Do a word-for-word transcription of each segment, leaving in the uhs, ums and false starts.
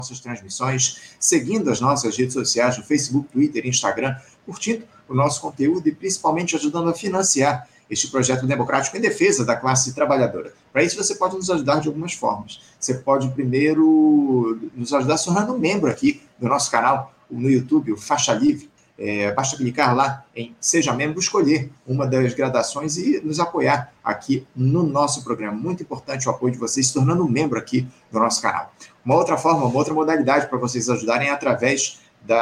nossas transmissões, seguindo as nossas redes sociais no Facebook, Twitter e Instagram, curtindo o nosso conteúdo e principalmente ajudando a financiar este projeto democrático em defesa da classe trabalhadora. Para isso, você pode nos ajudar de algumas formas. Você pode, primeiro, nos ajudar se tornando um membro aqui do nosso canal no YouTube, o Faixa Livre. É, basta clicar lá em Seja Membro, escolher uma das gradações e nos apoiar aqui no nosso programa. Muito importante o apoio de vocês se tornando um membro aqui do nosso canal. Uma outra forma, uma outra modalidade para vocês ajudarem é através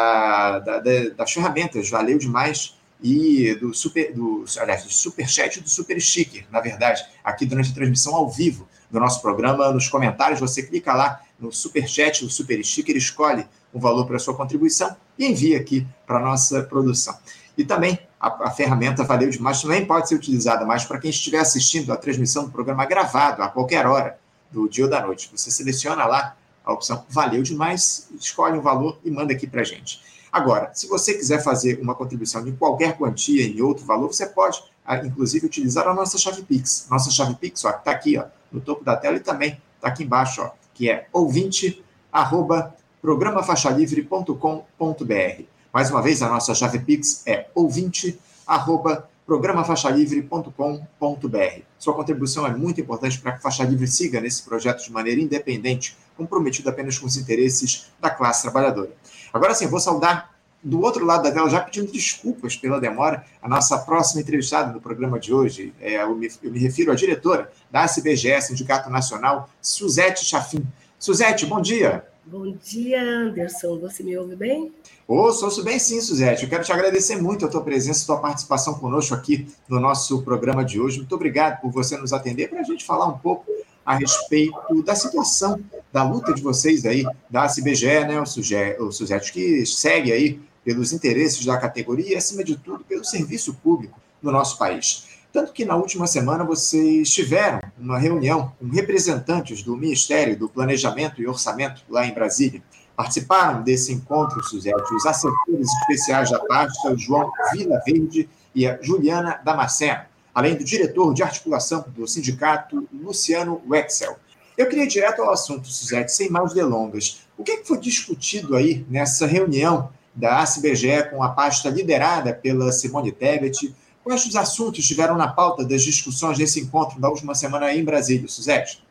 da, da, da, das ferramentas Valeu Demais e do super, do, aliás, do Superchat e do Super Sticker. Na verdade, aqui durante a transmissão ao vivo do nosso programa, nos comentários, você clica lá no Superchat, o Super Sticker, escolhe o valor para a sua contribuição e envia aqui para a nossa produção. E também a, a ferramenta Valeu Demais também pode ser utilizada mais para quem estiver assistindo a transmissão do programa gravado a qualquer hora do dia ou da noite. Você seleciona lá a opção Valeu Demais, escolhe um valor e manda aqui para a gente. Agora, se você quiser fazer uma contribuição de qualquer quantia em outro valor, você pode, inclusive, utilizar a nossa chave Pix. Nossa chave Pix está aqui ó, no topo da tela e também está aqui embaixo, ó, que é ouvinte arroba programa faixa livre ponto com ponto br. Mais uma vez, a nossa chave Pix é ouvinte arroba programa faixa livre ponto com ponto br. Sua contribuição é muito importante para que a Faixa Livre siga nesse projeto de maneira independente, comprometido apenas com os interesses da classe trabalhadora. Agora sim, vou saudar do outro lado da tela, já pedindo desculpas pela demora, a nossa próxima entrevistada no programa de hoje. É, eu, me, eu me refiro à diretora da S B G E, Sindicato Nacional, Suzete Chafim. Suzete, bom dia. Bom dia, Anderson. Você me ouve bem? Ouço, ouço bem sim, Suzete. Eu quero te agradecer muito a tua presença, a tua participação conosco aqui no nosso programa de hoje. Muito obrigado por você nos atender para a gente falar um pouco a respeito da situação, da luta de vocês aí, da S B G E, né, o Suzete, o Suzete que segue aí pelos interesses da categoria e, acima de tudo, pelo serviço público no nosso país. Tanto que na última semana vocês tiveram uma reunião com representantes do Ministério do Planejamento e Orçamento lá em Brasília. Participaram desse encontro, Suzete, os assessores especiais da pasta, o João Vilaverde e a Juliana Damasceno, além do diretor de articulação do sindicato, Luciano Wexel. Eu queria ir direto ao assunto, Suzete, sem mais delongas. O que foi discutido aí nessa reunião da S B G E com a pasta liderada pela Simone Tebet? Quais os assuntos estiveram na pauta das discussões desse encontro da última semana aí em Brasília, Suzete?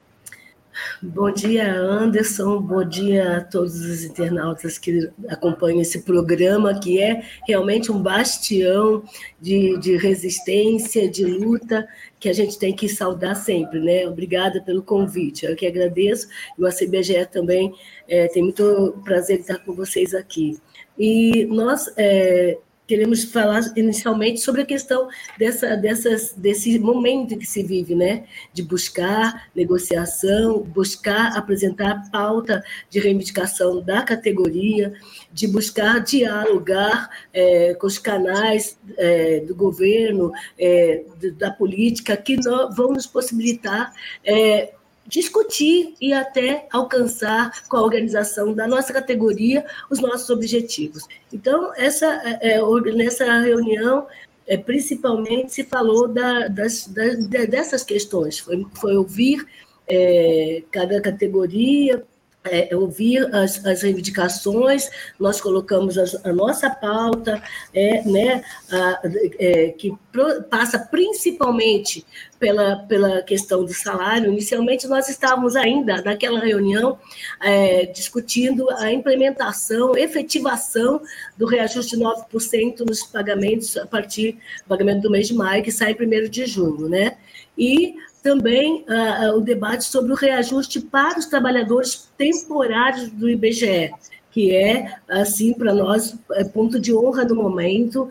Bom dia, Anderson. Bom dia a todos os internautas que acompanham esse programa, que é realmente um bastião de, de resistência, de luta, que a gente tem que saudar sempre, né? Obrigada pelo convite. Eu que agradeço. E o A C B G E também é, tem muito prazer em estar com vocês aqui. E nós... É, queremos falar inicialmente sobre a questão dessa, dessas, desse momento que se vive, né? De buscar negociação, buscar apresentar pauta de reivindicação da categoria, de buscar dialogar é, com os canais é, do governo, é, da política, que não, vão nos possibilitar é, discutir e até alcançar com a organização da nossa categoria os nossos objetivos. Então, essa, é, nessa reunião, é, principalmente se falou da, das, da, dessas questões, foi, foi ouvir é, cada categoria, É, ouvir as, as reivindicações, nós colocamos a, a nossa pauta, é, né, a, é, que pro, passa principalmente pela, pela questão do salário. Inicialmente, nós estávamos ainda, naquela reunião, é, discutindo a implementação, efetivação do reajuste de nove por cento nos pagamentos, a partir do pagamento do mês de maio, que sai primeiro de junho, né? E também uh, o debate sobre o reajuste para os trabalhadores temporários do I B G E, que é, assim, para nós, é ponto de honra no momento,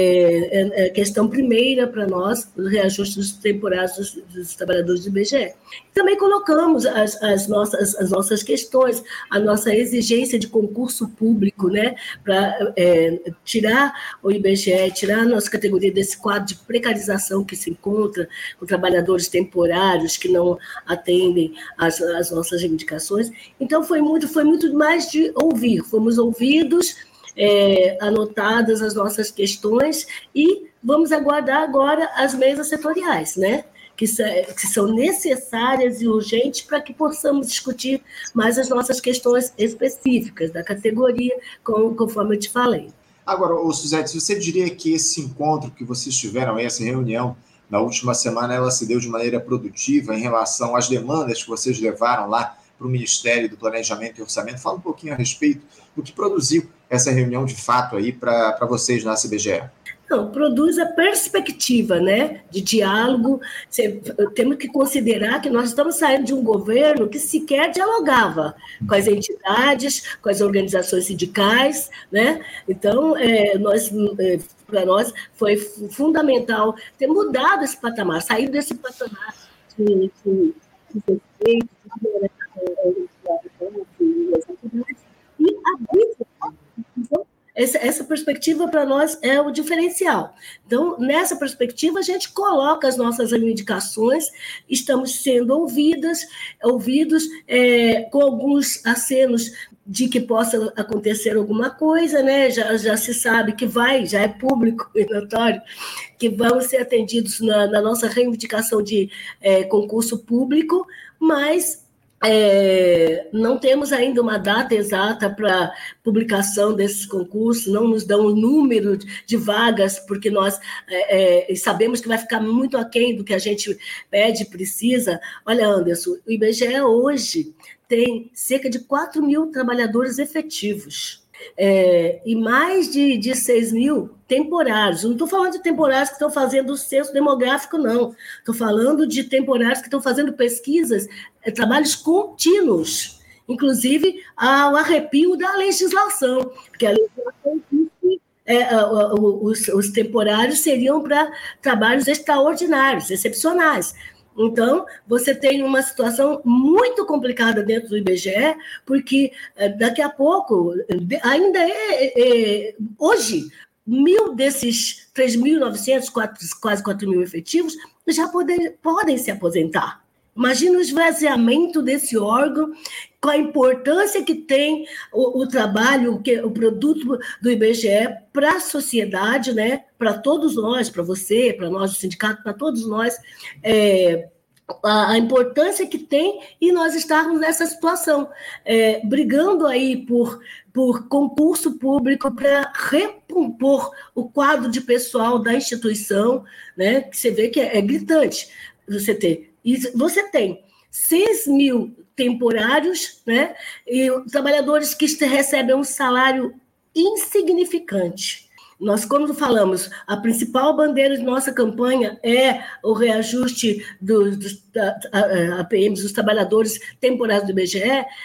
é, é questão primeira para nós, o reajuste dos temporários dos, dos trabalhadores do I B G E. Também colocamos as, as, nossas, as nossas questões, a nossa exigência de concurso público, né, para é, tirar o I B G E, tirar a nossa categoria desse quadro de precarização que se encontra com trabalhadores temporários que não atendem às, às nossas reivindicações. Então, foi muito, foi muito mais de ouvir. Fomos ouvidos, é, anotadas as nossas questões e vamos aguardar agora as mesas setoriais, né? que, que são necessárias e urgentes para que possamos discutir mais as nossas questões específicas da categoria, conforme eu te falei. Agora, ô Suzete, você diria que esse encontro que vocês tiveram, essa reunião, na última semana, ela se deu de maneira produtiva em relação às demandas que vocês levaram lá para o Ministério do Planejamento e Orçamento? Fala um pouquinho a respeito do que produziu essa reunião de fato aí para vocês na C B G E. Não, produz a perspectiva, né, de diálogo. Temos que considerar que nós estamos saindo de um governo que sequer dialogava com as entidades, com as organizações sindicais, né? Então, é, nós, é, para nós foi fundamental ter mudado esse patamar, sair desse patamar de, de, de respeito, e abrir. Essa, essa perspectiva, para nós, é o diferencial. Então, nessa perspectiva, a gente coloca as nossas reivindicações, estamos sendo ouvidas, ouvidos é, com alguns acenos de que possa acontecer alguma coisa, né? Já, já se sabe que vai, já é público e notório, que vão ser atendidos na, na nossa reivindicação de é, concurso público, mas É, não temos ainda uma data exata para publicação desses concursos, não nos dão o número de vagas, porque nós é, é, sabemos que vai ficar muito aquém do que a gente pede e precisa. Olha, Anderson, o I B G E hoje tem cerca de quatro mil trabalhadores efetivos. É, e mais de, de seis mil temporários. Não estou falando de temporários que estão fazendo o censo demográfico, não. Estou falando de temporários que estão fazendo pesquisas, é, trabalhos contínuos, inclusive ao arrepio da legislação, porque a legislação diz é, os, os temporários seriam para trabalhos extraordinários, excepcionais. Então, você tem uma situação muito complicada dentro do I B G E, porque daqui a pouco, ainda é, é hoje, mil desses três mil e novecentos, quase quatro mil efetivos, já podem, podem se aposentar. Imagina o esvaziamento desse órgão, com a importância que tem o, o trabalho, que, o produto do I B G E para a sociedade, né? Para todos nós, para você, para nós do sindicato, para todos nós, é, a, a importância que tem e nós estarmos nessa situação, é, brigando aí por, por concurso público para recompor o quadro de pessoal da instituição, né? Que você vê que é, é gritante você ter. E você tem seis mil temporários, né? E trabalhadores que recebem um salário insignificante. Nós, como falamos, a principal bandeira de nossa campanha é o reajuste dos, dos A P Ms, dos trabalhadores temporários do I B G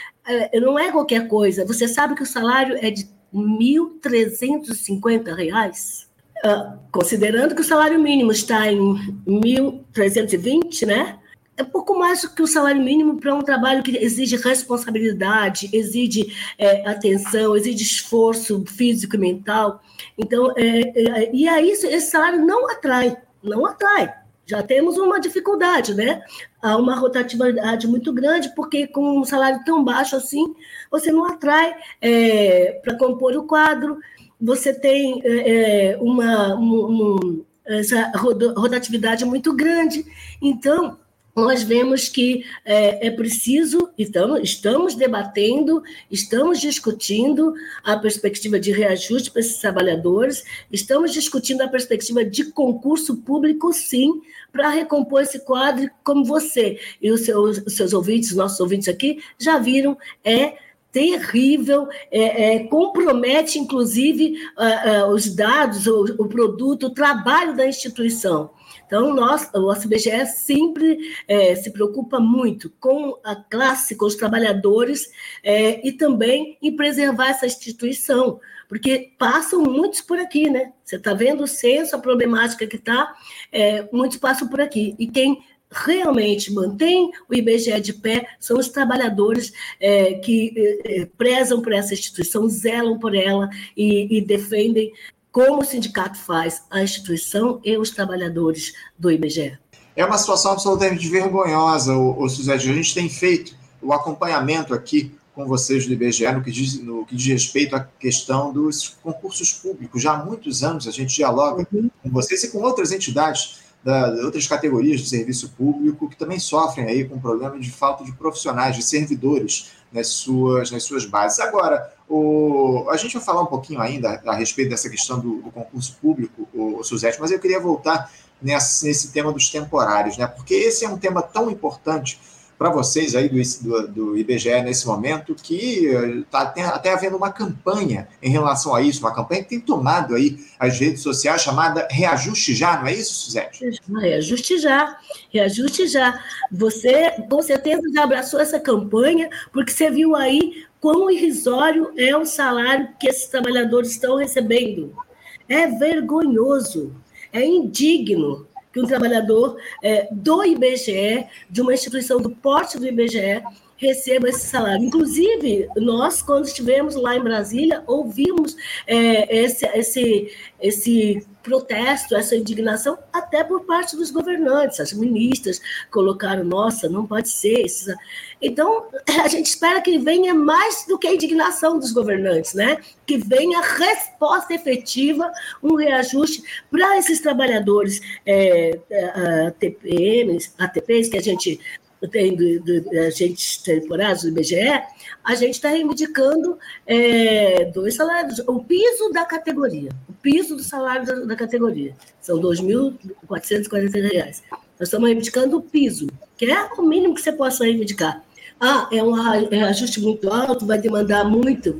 E, não é qualquer coisa. Você sabe que o salário é de mil trezentos e cinquenta reais? Considerando que o salário mínimo está em mil trezentos e vinte, né? É pouco mais do que o salário mínimo para um trabalho que exige responsabilidade, exige é, atenção, exige esforço físico e mental. Então, é, é, e aí esse salário não atrai, não atrai. Já temos uma dificuldade, né? Há uma rotatividade muito grande, porque com um salário tão baixo assim, você não atrai é, para compor o quadro, você tem é, uma, um, um, essa rotatividade muito grande. Então, nós vemos que é, é preciso, estamos, estamos debatendo, estamos discutindo a perspectiva de reajuste para esses trabalhadores, estamos discutindo a perspectiva de concurso público, sim, para recompor esse quadro, como você e os seus, os seus ouvintes, os nossos ouvintes aqui, já viram, é terrível, é, é, compromete, inclusive, uh, uh, os dados, o, o produto, o trabalho da instituição. Então, nós, o C B G E sempre é, se preocupa muito com a classe, com os trabalhadores, é, e também em preservar essa instituição, porque passam muitos por aqui, né? Você está vendo o censo, a problemática que está, é, muitos passam por aqui. E quem realmente mantém o I B G E de pé são os trabalhadores é, que é, prezam por essa instituição, zelam por ela e, e defendem, como o sindicato faz, a instituição e os trabalhadores do I B G E. É uma situação absolutamente vergonhosa, o, o Suzete. A gente tem feito o acompanhamento aqui com vocês do I B G E no que diz, no que diz respeito à questão dos concursos públicos. Já há muitos anos a gente dialoga uhum. com vocês e com outras entidades da, de outras categorias do serviço público que também sofrem aí com o problema de falta de profissionais, de servidores nas suas, nas suas bases. Agora, o, a gente vai falar um pouquinho ainda a respeito dessa questão do, do concurso público, o, o Suzete, mas eu queria voltar nesse, nesse tema dos temporários, né? Porque esse é um tema tão importante para vocês aí do, do, do I B G E nesse momento, que está até, até havendo uma campanha em relação a isso, uma campanha que tem tomado aí as redes sociais, chamada Reajuste Já, não é isso, Suzete? Reajuste Já, reajuste já. Você, com certeza, já abraçou essa campanha, porque você viu aí quão irrisório é o salário que esses trabalhadores estão recebendo. É vergonhoso, é indigno que um trabalhador é, do I B G E, de uma instituição do porte do I B G E, receba esse salário. Inclusive, nós, quando estivemos lá em Brasília, ouvimos é, esse, esse, esse protesto, essa indignação, até por parte dos governantes. As ministras colocaram, nossa, não pode ser. Então, a gente espera que venha mais do que a indignação dos governantes, né? Que venha resposta efetiva, um reajuste para esses trabalhadores é, A T P Ms, A T Ps, que a gente tem de, de agentes temporários do I B G E, a gente está reivindicando é, dois salários, o piso da categoria, o piso do salário da, da categoria, são dois mil quatrocentos e quarenta reais. Nós estamos reivindicando o piso, que é o mínimo que você possa reivindicar. Ah, é um ajuste muito alto, vai demandar muito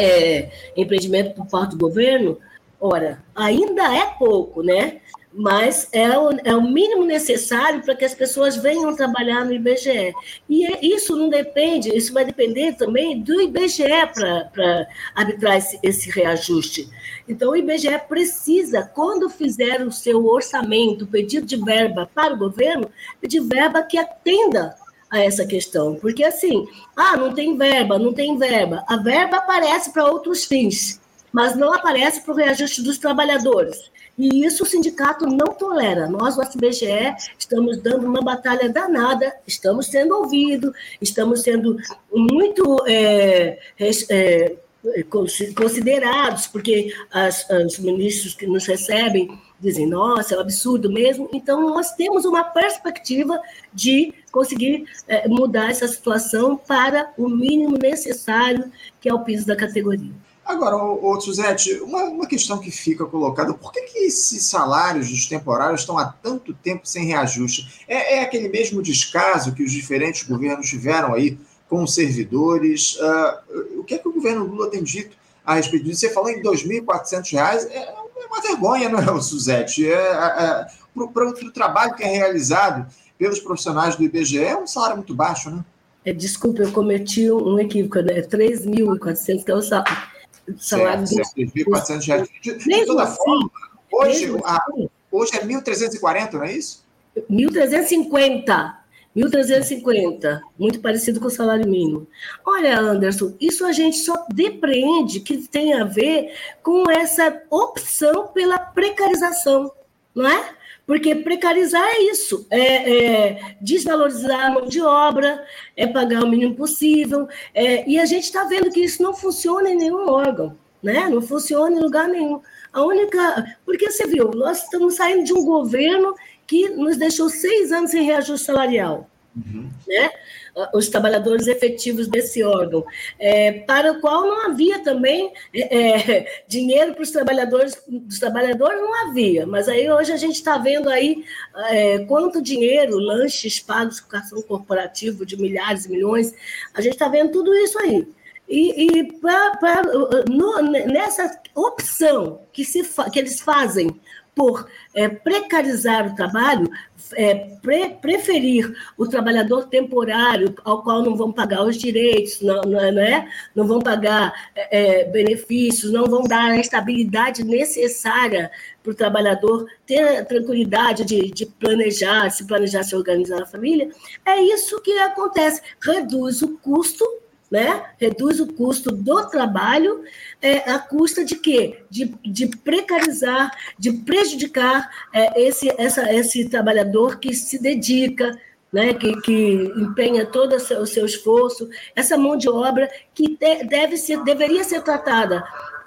é, empreendimento por parte do governo. Ora, ainda é pouco, né? Mas é o, é o mínimo necessário para que as pessoas venham trabalhar no I B G E. E é, isso não depende, isso vai depender também do I B G E para arbitrar esse, esse reajuste. Então, o I B G E precisa, quando fizer o seu orçamento, pedido de verba para o governo, pedir verba que atenda a essa questão. Porque, assim, ah, não tem verba, não tem verba. A verba aparece para outros fins, mas não aparece para o reajuste dos trabalhadores. E isso o sindicato não tolera. Nós, o I B G E, estamos dando uma batalha danada, estamos sendo ouvidos, estamos sendo muito é, é, considerados, porque as, os ministros que nos recebem dizem, nossa, é um absurdo mesmo. Então, nós temos uma perspectiva de conseguir é, mudar essa situação para o mínimo necessário, que é o piso da categoria. Agora, ô, Suzete, uma, uma questão que fica colocada, por que, que esses salários dos temporários estão há tanto tempo sem reajuste? É, é aquele mesmo descaso que os diferentes governos tiveram aí com os servidores? Uh, o que é que o governo Lula tem dito a respeito disso? Você falou em dois mil e quatrocentos reais, é uma vergonha, não é, Suzete? É, é, para o trabalho que é realizado pelos profissionais do I B G E, é um salário muito baixo, né? É, desculpa, eu cometi um equívoco, né? três mil e quatrocentos, que é o salário. Salário certo, três mil e quatrocentos reais. De, de toda assim, forma, hoje, a, assim, hoje é mil trezentos e quarenta, não é isso? mil trezentos e cinquenta. mil trezentos e cinquenta, muito parecido com o salário mínimo. Olha, Anderson, isso a gente só depreende que tem a ver com essa opção pela precarização, não é? Porque precarizar é isso, é, é desvalorizar a mão de obra, é pagar o mínimo possível, é, e a gente está vendo que isso não funciona em nenhum órgão, né? Não funciona em lugar nenhum. A única... Porque você viu, nós estamos saindo de um governo que nos deixou seis anos sem reajuste salarial, uhum. né? Os trabalhadores efetivos desse órgão, é, para o qual não havia também é, dinheiro para os trabalhadores, dos trabalhadores não havia, mas aí hoje a gente está vendo aí é, quanto dinheiro, lanches pagos com cartão corporativo de milhares e milhões, a gente está vendo tudo isso aí. E, e pra, pra, no, nessa opção que, se, que eles fazem por é, precarizar o trabalho, é, pre, preferir o trabalhador temporário, ao qual não vão pagar os direitos, não, não, é? não vão pagar é, benefícios, não vão dar a estabilidade necessária para o trabalhador ter a tranquilidade de, de planejar, se planejar, se organizar a família, é isso que acontece, reduz o custo, né? Reduz o custo do trabalho, é, a custa de quê? De, de precarizar, de prejudicar é, esse, essa, esse trabalhador que se dedica, né? que, que empenha todo o seu esforço, essa mão de obra que de, deve ser, deveria ser tratada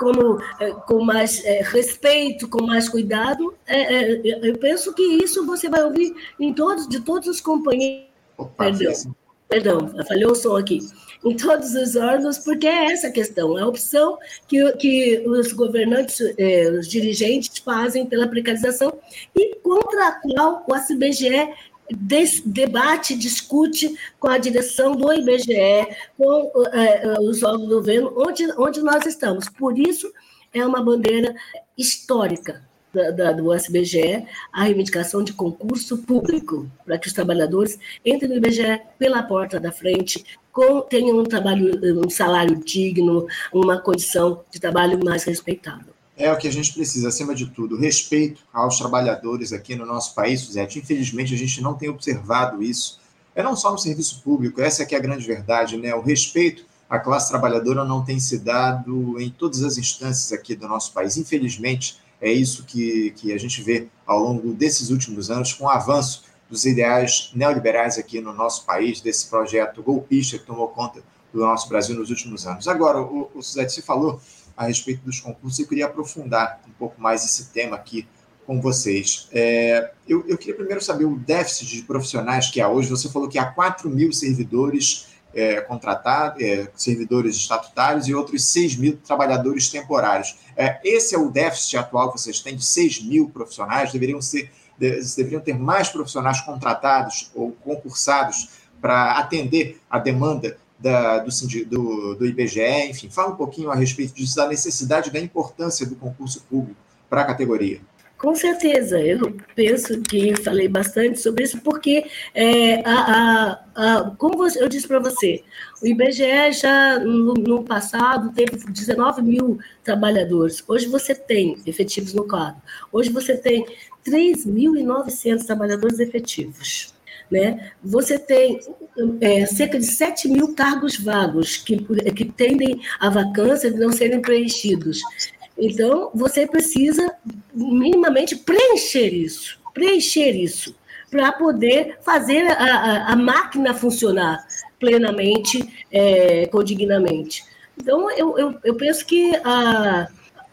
como, com mais é, respeito, com mais cuidado. É, é, eu penso que isso você vai ouvir em todos, de todos os companheiros. Opa, Perdão, perdão, falhou o som aqui. Em todos os órgãos, porque é essa a questão, é a opção que, que os governantes, eh, os dirigentes fazem pela precarização e contra a qual o A C B G E des, debate, discute com a direção do I B G E, com eh, os órgãos do governo, onde, onde nós estamos. Por isso, é uma bandeira histórica Da, da, do S B G E, a reivindicação de concurso público, para que os trabalhadores entrem no I B G E pela porta da frente, com, tenham um, trabalho, um salário digno, uma condição de trabalho mais respeitável. É o que a gente precisa, acima de tudo, respeito aos trabalhadores aqui no nosso país, Suzete. Infelizmente, a gente não tem observado isso. É não só no serviço público, essa que é a grande verdade, né? O respeito à classe trabalhadora não tem se dado em todas as instâncias aqui do nosso país. Infelizmente, é isso que, que a gente vê ao longo desses últimos anos, com o avanço dos ideais neoliberais aqui no nosso país, desse projeto golpista que tomou conta do nosso Brasil nos últimos anos. Agora, o, o Suzete, você falou a respeito dos concursos, eu queria aprofundar um pouco mais esse tema aqui com vocês. É, eu, eu queria primeiro saber o déficit de profissionais que há hoje. Você falou que há quatro mil servidores É, contratados, é, servidores estatutários e outros seis mil trabalhadores temporários. É, esse é o déficit atual que vocês têm de seis mil profissionais? Deveriam, ser, deveriam ter mais profissionais contratados ou concursados para atender a demanda da, do, do, do I B G E? Enfim, fala um pouquinho a respeito disso, da necessidade e da importância do concurso público para a categoria. Com certeza, eu penso que falei bastante sobre isso, porque, é, a, a, a, como eu disse para você, o I B G E já no, no passado teve dezenove mil trabalhadores, hoje você tem efetivos no quadro, hoje você tem três mil e novecentos trabalhadores efetivos. Né? Você tem é, cerca de sete mil cargos vagos que, que tendem à vacância de não serem preenchidos. Então, você precisa minimamente preencher isso, preencher isso, para poder fazer a, a, a máquina funcionar plenamente, é, condignamente. Então, eu, eu, eu penso que a,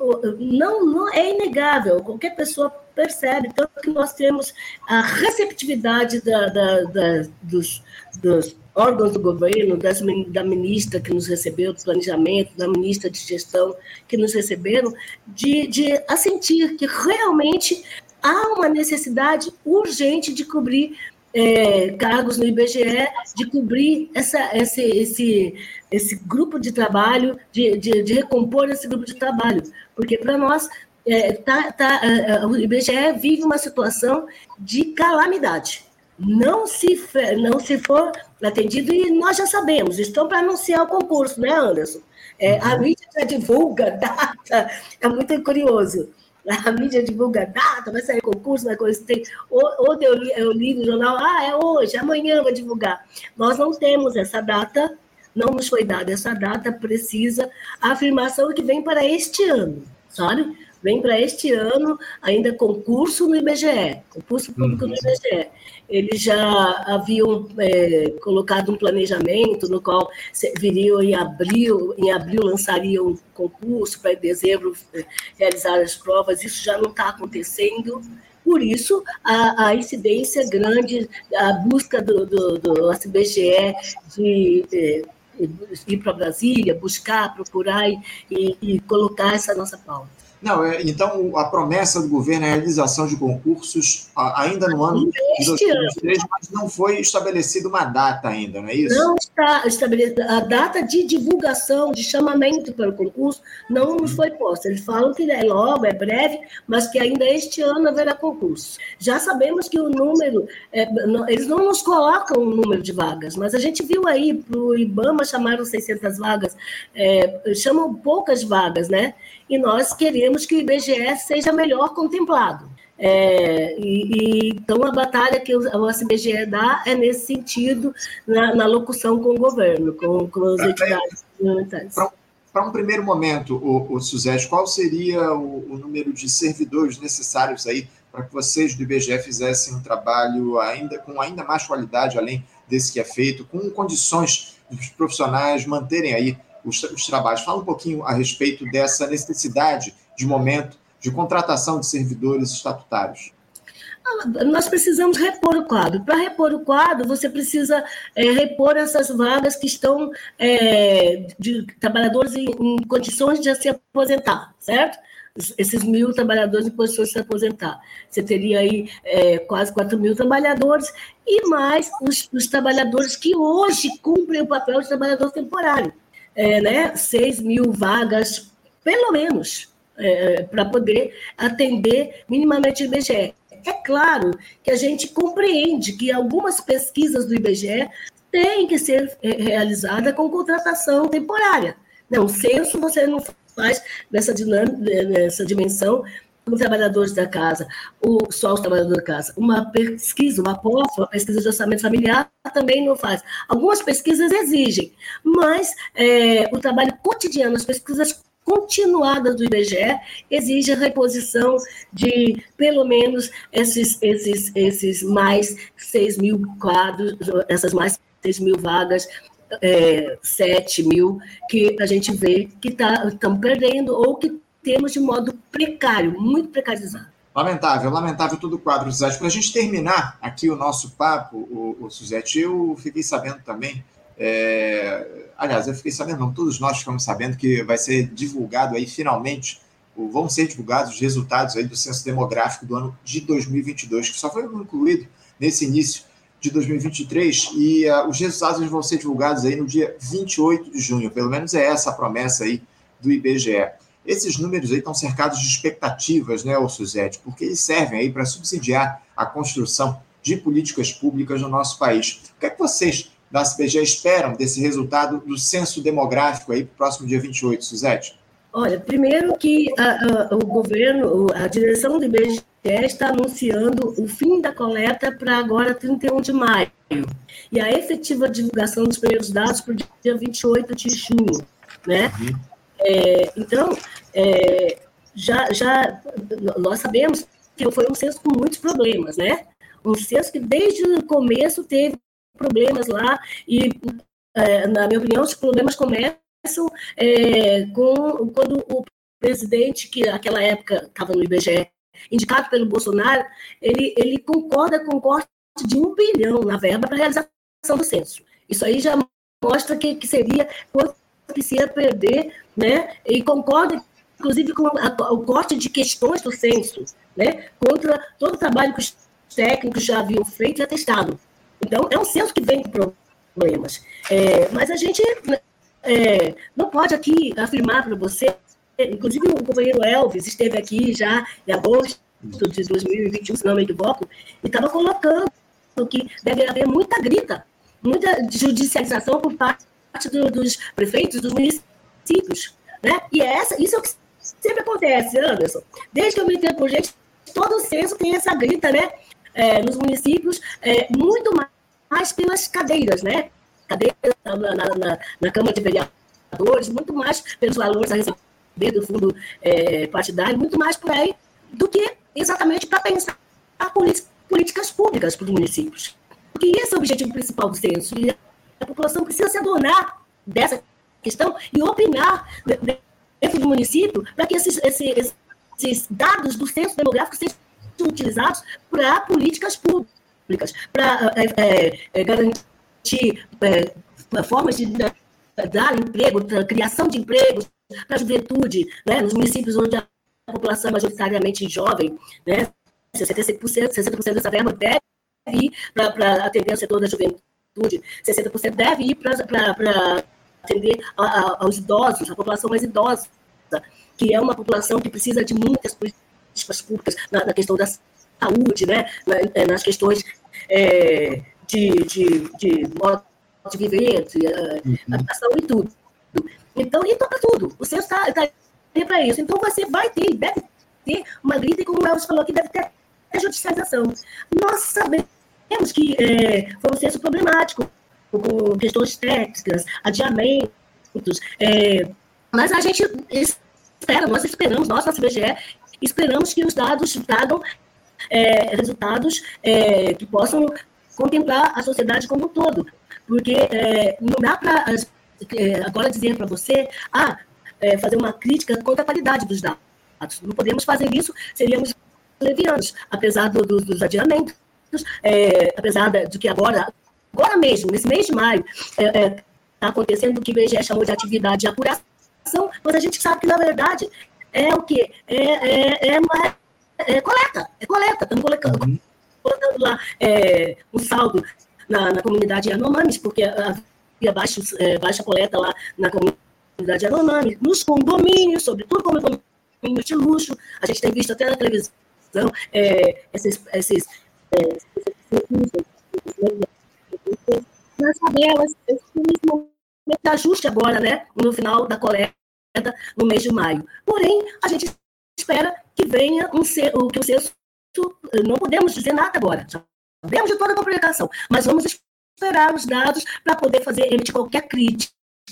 não, não é inegável, qualquer pessoa percebe, tanto que nós temos a receptividade da, da, da, dos, dos órgãos do governo, das, da ministra que nos recebeu, do planejamento, da ministra de gestão que nos receberam, de, de assentir que realmente há uma necessidade urgente de cobrir é, cargos no I B G E, de cobrir essa, esse, esse, esse grupo de trabalho, de, de, de recompor esse grupo de trabalho, porque para nós é, tá, tá, é, o I B G E vive uma situação de calamidade. Não se, não se for atendido, e nós já sabemos, estão para anunciar o concurso, né, Anderson? É, a mídia já divulga data, é muito curioso. A mídia divulga data, vai sair concurso, vai coisa tem. Ontem eu li, eu li no jornal, ah, é hoje, amanhã vai divulgar. Nós não temos essa data, não nos foi dada essa data, precisa a afirmação que vem para este ano, sabe? Vem para este ano ainda concurso no I B G E, concurso público uhum. no I B G E. Eles já haviam é, colocado um planejamento no qual viriam em abril, em abril lançariam um concurso para em dezembro realizar as provas, isso já não está acontecendo. Por isso, a, a incidência grande, a busca do, do, do S B G E de... É, ir para Brasília, buscar, procurar e, e, e colocar essa nossa pauta. Não, é, então a promessa do governo é a realização de concursos ainda no ano de dois mil e vinte e três, mas não foi estabelecida uma data ainda, não é isso? Não está estabelecida. A data de divulgação, de chamamento para o concurso, não nos foi posta. Eles falam que é logo, é breve, mas que ainda este ano haverá concurso. Já sabemos que o número, é, não, eles não nos colocam o número de vagas, mas a gente viu aí, para o IBAMA chamaram seiscentas vagas, é, chamam poucas vagas, né? E nós queremos que o I B G E seja melhor contemplado. É, e, e, então, a batalha que o S B G E dá é nesse sentido, na, na locução com o governo, com, com as entidades governamentais. Para um primeiro momento, o, o Suzete, qual seria o, o número de servidores necessários aí para que vocês do I B G E fizessem um trabalho ainda, com ainda mais qualidade, além desse que é feito, com condições dos profissionais manterem aí os, os trabalhos. Fala um pouquinho a respeito dessa necessidade de momento de contratação de servidores estatutários. Nós precisamos repor o quadro. Para repor o quadro, você precisa é, repor essas vagas que estão é, de trabalhadores em, em condições de se aposentar, certo? Esses mil trabalhadores em condições de se aposentar. Você teria aí é, quase quatro mil trabalhadores e mais os, os trabalhadores que hoje cumprem o papel de trabalhador temporário. É, né? seis mil vagas, pelo menos, é, para poder atender minimamente o I B G E. É claro que a gente compreende que algumas pesquisas do I B G E têm que ser realizadas com contratação temporária. Não, o censo você não faz nessa, dinâmica, nessa dimensão com trabalhadores da casa, ou só os trabalhadores da casa. Uma pesquisa, uma P O F, uma pesquisa de orçamento familiar, também não faz. Algumas pesquisas exigem, mas é, o trabalho cotidiano, as pesquisas continuadas do I B G E exige a reposição de, pelo menos, esses, esses, esses mais seis mil quadros, essas mais seis mil vagas, é, sete mil, que a gente vê que estão tá, perdendo ou que temos de modo precário, muito precarizado. Lamentável, lamentável todo o quadro, Suzete. Para a gente terminar aqui o nosso papo, o, o Suzete, eu fiquei sabendo também, é, aliás, eu fiquei sabendo, não, todos nós ficamos sabendo que vai ser divulgado aí, finalmente, ou vão ser divulgados os resultados aí do censo demográfico do ano de dois mil e vinte e dois, que só foi incluído nesse início de dois mil e vinte e três, e uh, os resultados vão ser divulgados aí no dia vinte e oito de junho, pelo menos é essa a promessa aí do I B G E. Esses números aí estão cercados de expectativas, né, ô Suzete, porque eles servem aí para subsidiar a construção de políticas públicas no nosso país. O que é que vocês da C P G esperam desse resultado do censo demográfico aí para o próximo dia vinte e oito, Suzete? Olha, primeiro que a, a, o governo, a direção do I B G E está anunciando o fim da coleta para agora trinta e um de maio, e a efetiva divulgação dos primeiros dados para o dia vinte e oito de junho, né? Uhum. É, então, é, já, já nós sabemos que foi um censo com muitos problemas, né? Um censo que desde o começo teve problemas lá e, é, na minha opinião, os problemas começam é, com, quando o presidente, que naquela época estava no I B G E, indicado pelo Bolsonaro, ele, ele concorda com o corte de um bilhão na verba para a realização do censo. Isso aí já mostra que, que seria quanto que se ia perder, né? E concorda, inclusive, com a, o corte de questões do censo, né? Contra todo o trabalho que os técnicos já haviam feito e atestado. Então, é um censo que vem com problemas. É, mas a gente é, não pode aqui afirmar para você, inclusive o companheiro Elvis esteve aqui já em agosto de dois mil e vinte e um, se não me equivoco, e estava colocando que deve haver muita grita, muita judicialização por parte do, dos prefeitos, dos municípios, né? E essa, isso é o que sempre acontece, Anderson. Desde que eu me entendo por gente, todo o censo tem essa grita, né? É, nos municípios, é, muito mais, mais pelas cadeiras, né? Cadeiras na, na, na, na Câmara de Vereadores, muito mais pelos valores a receber do fundo é, partidário, muito mais por aí do que exatamente para pensar políticas públicas para os municípios. Porque esse é o objetivo principal do censo. E a população precisa se adonar dessa questão e opinar dentro do município para que esses, esses, esses dados do censo demográfico sejam utilizados para políticas públicas, para é, é, garantir é, formas de dar emprego, criação de empregos para a juventude, né, nos municípios onde a população é majoritariamente jovem, né, sessenta e cinco por cento, sessenta por cento dessa verba deve ir para atender o setor da juventude, sessenta por cento deve ir para atender a, a, aos idosos, a população mais idosa, que é uma população que precisa de muitas políticas públicas na, na questão da saúde, né, na, nas questões é, de, de, de modo de viver, de uhum. habitação e tudo. Então, e toca tudo. O censo está tá aí para isso. Então, você vai ter, deve ter uma grita, e como o Elvis falou aqui, deve ter a judicialização. Nós sabemos que é, foi um censo problemático, com questões técnicas, adiamentos, é, mas a gente espera, nós esperamos, nós, na C B G E, esperamos que os dados tragam é, resultados é, que possam contemplar a sociedade como um todo, porque é, não dá para as é, agora dizer para você, ah, é, fazer uma crítica contra a qualidade dos dados. Não podemos fazer isso, seríamos levianos, apesar do, do, dos adiamentos, é, apesar de que agora, agora mesmo, nesse mês de maio, está é, é, acontecendo o que o I B G E chamou de atividade de apuração, mas a gente sabe que, na verdade, é o quê? É, é, é uma é coleta, é coleta, estamos colocando, uhum. colocando lá é, um saldo na, na comunidade Yanomami, porque havia baixo, é, baixa coleta lá na comunidade Yanomami, nos condomínios, sobretudo condomínios de luxo, a gente tem visto até na televisão é, esses, esses, é, nas favelas, esse momento de ajuste agora, né, no final da coleta, no mês de maio. Porém, a gente espera que venha um o que o censo, não podemos dizer nada agora, sabemos de toda a complicação, mas vamos esperar os dados para poder fazer emitir qualquer crítica.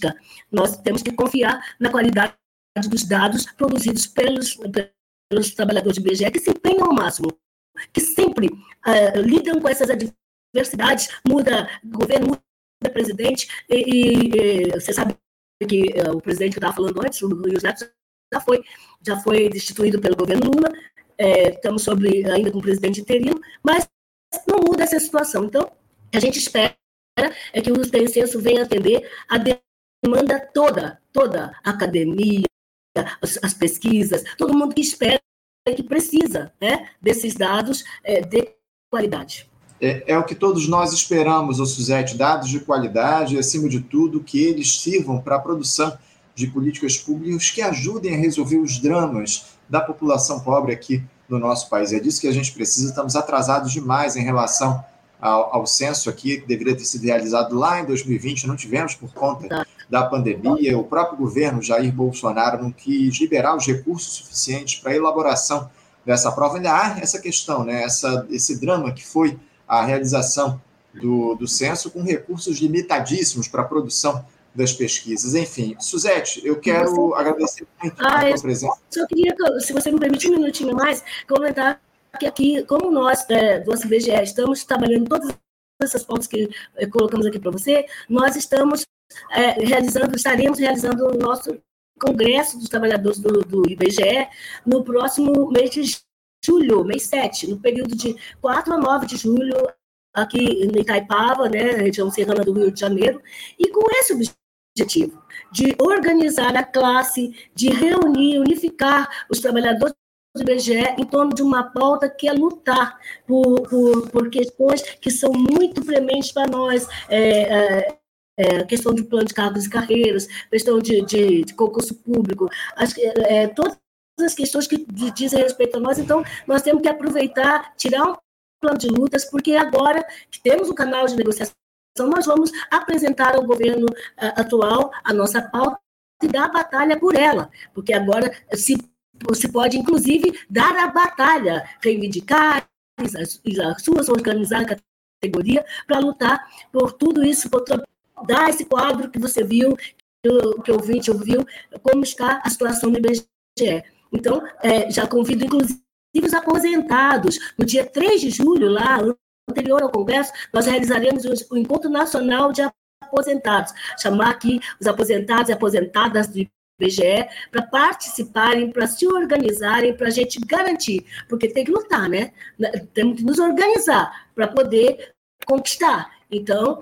Nós temos que confiar na qualidade dos dados produzidos pelos, pelos trabalhadores do I B G E, que se empenham ao máximo, que sempre uh, lidam com essas adversidades, muda governo, muda presidente, e, e, e você sabe que uh, o presidente que eu estava falando antes, o Luiz Neto, já foi, já foi destituído pelo governo Lula, é, estamos sobre, ainda com o presidente interino, mas não muda essa situação. Então, a gente espera é que o censo venha atender a demanda toda, toda a academia, as, as pesquisas, todo mundo que espera e que precisa, né, desses dados é, de qualidade. É, é o que todos nós esperamos, ô Suzete, dados de qualidade e, acima de tudo, que eles sirvam para a produção de políticas públicas que ajudem a resolver os dramas da população pobre aqui no nosso país. É disso que a gente precisa. Estamos atrasados demais em relação ao, ao censo aqui, que deveria ter sido realizado lá em dois mil e vinte, não tivemos por conta da pandemia. O próprio governo Jair Bolsonaro não quis liberar os recursos suficientes para a elaboração dessa prova. Ainda há essa questão, né? essa, esse drama que foi a realização do, do censo com recursos limitadíssimos para a produção das pesquisas. Enfim, Suzete, eu quero você... agradecer muito ah, a sua presença. Só queria, se você me permite um minutinho mais, comentar que aqui, como nós, é, do I B G E, estamos trabalhando todas essas pautas que é, colocamos aqui para você, nós estamos é, realizando, estaremos realizando o nosso Congresso dos Trabalhadores do, do I B G E no próximo mês de julho, mês sete, no período de quatro a nove de julho, aqui em Itaipava, né, região serrana do Rio de Janeiro, e com esse objetivo de organizar a classe, de reunir, unificar os trabalhadores do I B G E em torno de uma pauta que é lutar por, por, por questões que são muito prementes para nós, é, é, é, questão de plano de cargos e carreiras, questão de, de, de concurso público, as, é, todas as questões que dizem respeito a nós. Então, nós temos que aproveitar, tirar um plano de lutas, porque agora que temos o canal de negociação, nós vamos apresentar ao governo uh, atual a nossa pauta e dar a batalha por ela, porque agora se, se pode, inclusive, dar a batalha, reivindicar as, as suas, organizar a categoria para lutar por tudo isso, por dar esse quadro que você viu, que o, que o ouvinte ouviu, como está a situação do I B G E. Então, é, já convido, inclusive, os aposentados. No dia três de julho, lá, anterior ao Congresso, nós realizaremos o Encontro Nacional de Aposentados. Chamar aqui os aposentados e aposentadas do I B G E para participarem, para se organizarem, para a gente garantir, porque tem que lutar, né? Temos que nos organizar para poder conquistar. Então,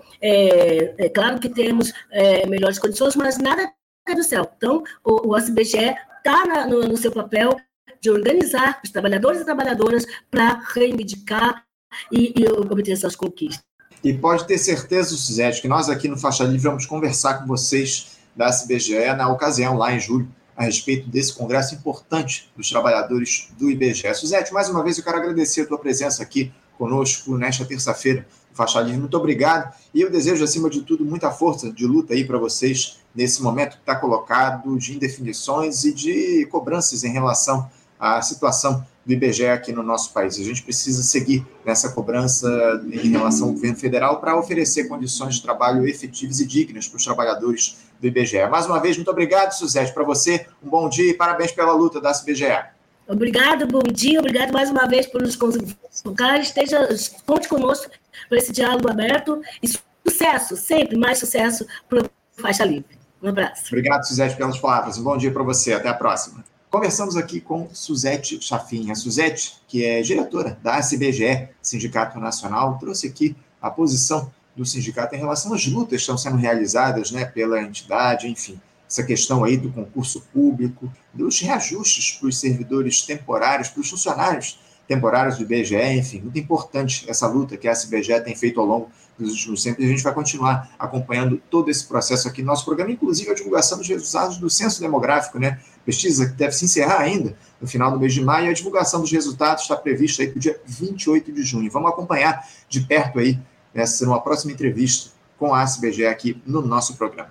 é, é claro que temos é, melhores condições, mas nada cai do céu. Então, o, o I B G E está no, no seu papel de organizar os trabalhadores e trabalhadoras para reivindicar e, e obter suas conquistas. E pode ter certeza, Suzete, que nós aqui no Faixa Livre vamos conversar com vocês da I B G E na ocasião, lá em julho, a respeito desse congresso importante dos trabalhadores do I B G E. Suzete, mais uma vez eu quero agradecer a tua presença aqui conosco nesta terça-feira no Faixa Livre. Muito obrigado. E eu desejo, acima de tudo, muita força de luta aí para vocês nesse momento que está colocado de indefinições e de cobranças em relação à situação do I B G E aqui no nosso país. A gente precisa seguir nessa cobrança em relação ao governo federal para oferecer condições de trabalho efetivas e dignas para os trabalhadores do I B G E. Mais uma vez, muito obrigado, Suzete, para você. Um bom dia e parabéns pela luta da I B G E. Obrigado, bom dia, obrigado mais uma vez por nos convocar. Esteja, conte conosco para esse diálogo aberto e sucesso, sempre mais sucesso para Faixa Livre. Um abraço. Obrigado, Suzete, pelas palavras. Um bom dia para você. Até a próxima. Conversamos aqui com Suzete Chafin. A Suzete, que é diretora da A C B G E, Sindicato Nacional, trouxe aqui a posição do sindicato em relação às lutas que estão sendo realizadas, né, pela entidade, enfim, essa questão aí do concurso público, dos reajustes para os servidores temporários, para os funcionários temporários do I B G E, enfim, muito importante essa luta que a A C B G E tem feito ao longo dos últimos tempos, e a gente vai continuar acompanhando todo esse processo aqui no nosso programa, inclusive a divulgação dos resultados do censo demográfico, né, pesquisa que deve se encerrar ainda no final do mês de maio, e a divulgação dos resultados está prevista aí para o dia vinte e oito de junho. Vamos acompanhar de perto aí, nessa, numa próxima entrevista com a A C B G E aqui no nosso programa.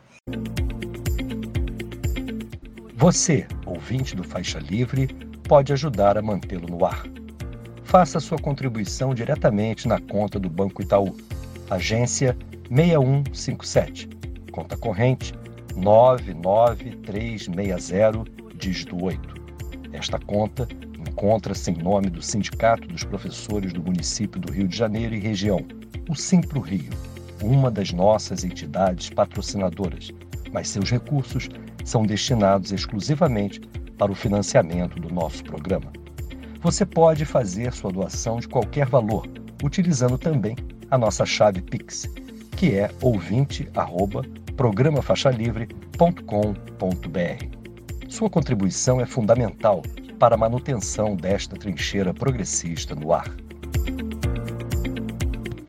Você, ouvinte do Faixa Livre, pode ajudar a mantê-lo no ar. Faça sua contribuição diretamente na conta do Banco Itaú, agência seis um cinco sete, conta corrente nove nove três seis zero, dígito oito. Esta conta encontra-se em nome do Sindicato dos Professores do Município do Rio de Janeiro e região, o Simpro Rio, uma das nossas entidades patrocinadoras, mas seus recursos são destinados exclusivamente para o financiamento do nosso programa. Você pode fazer sua doação de qualquer valor, utilizando também a nossa chave Pix, que é ouvinte arroba programa faixa livre ponto com ponto br. Sua contribuição é fundamental para a manutenção desta trincheira progressista no ar.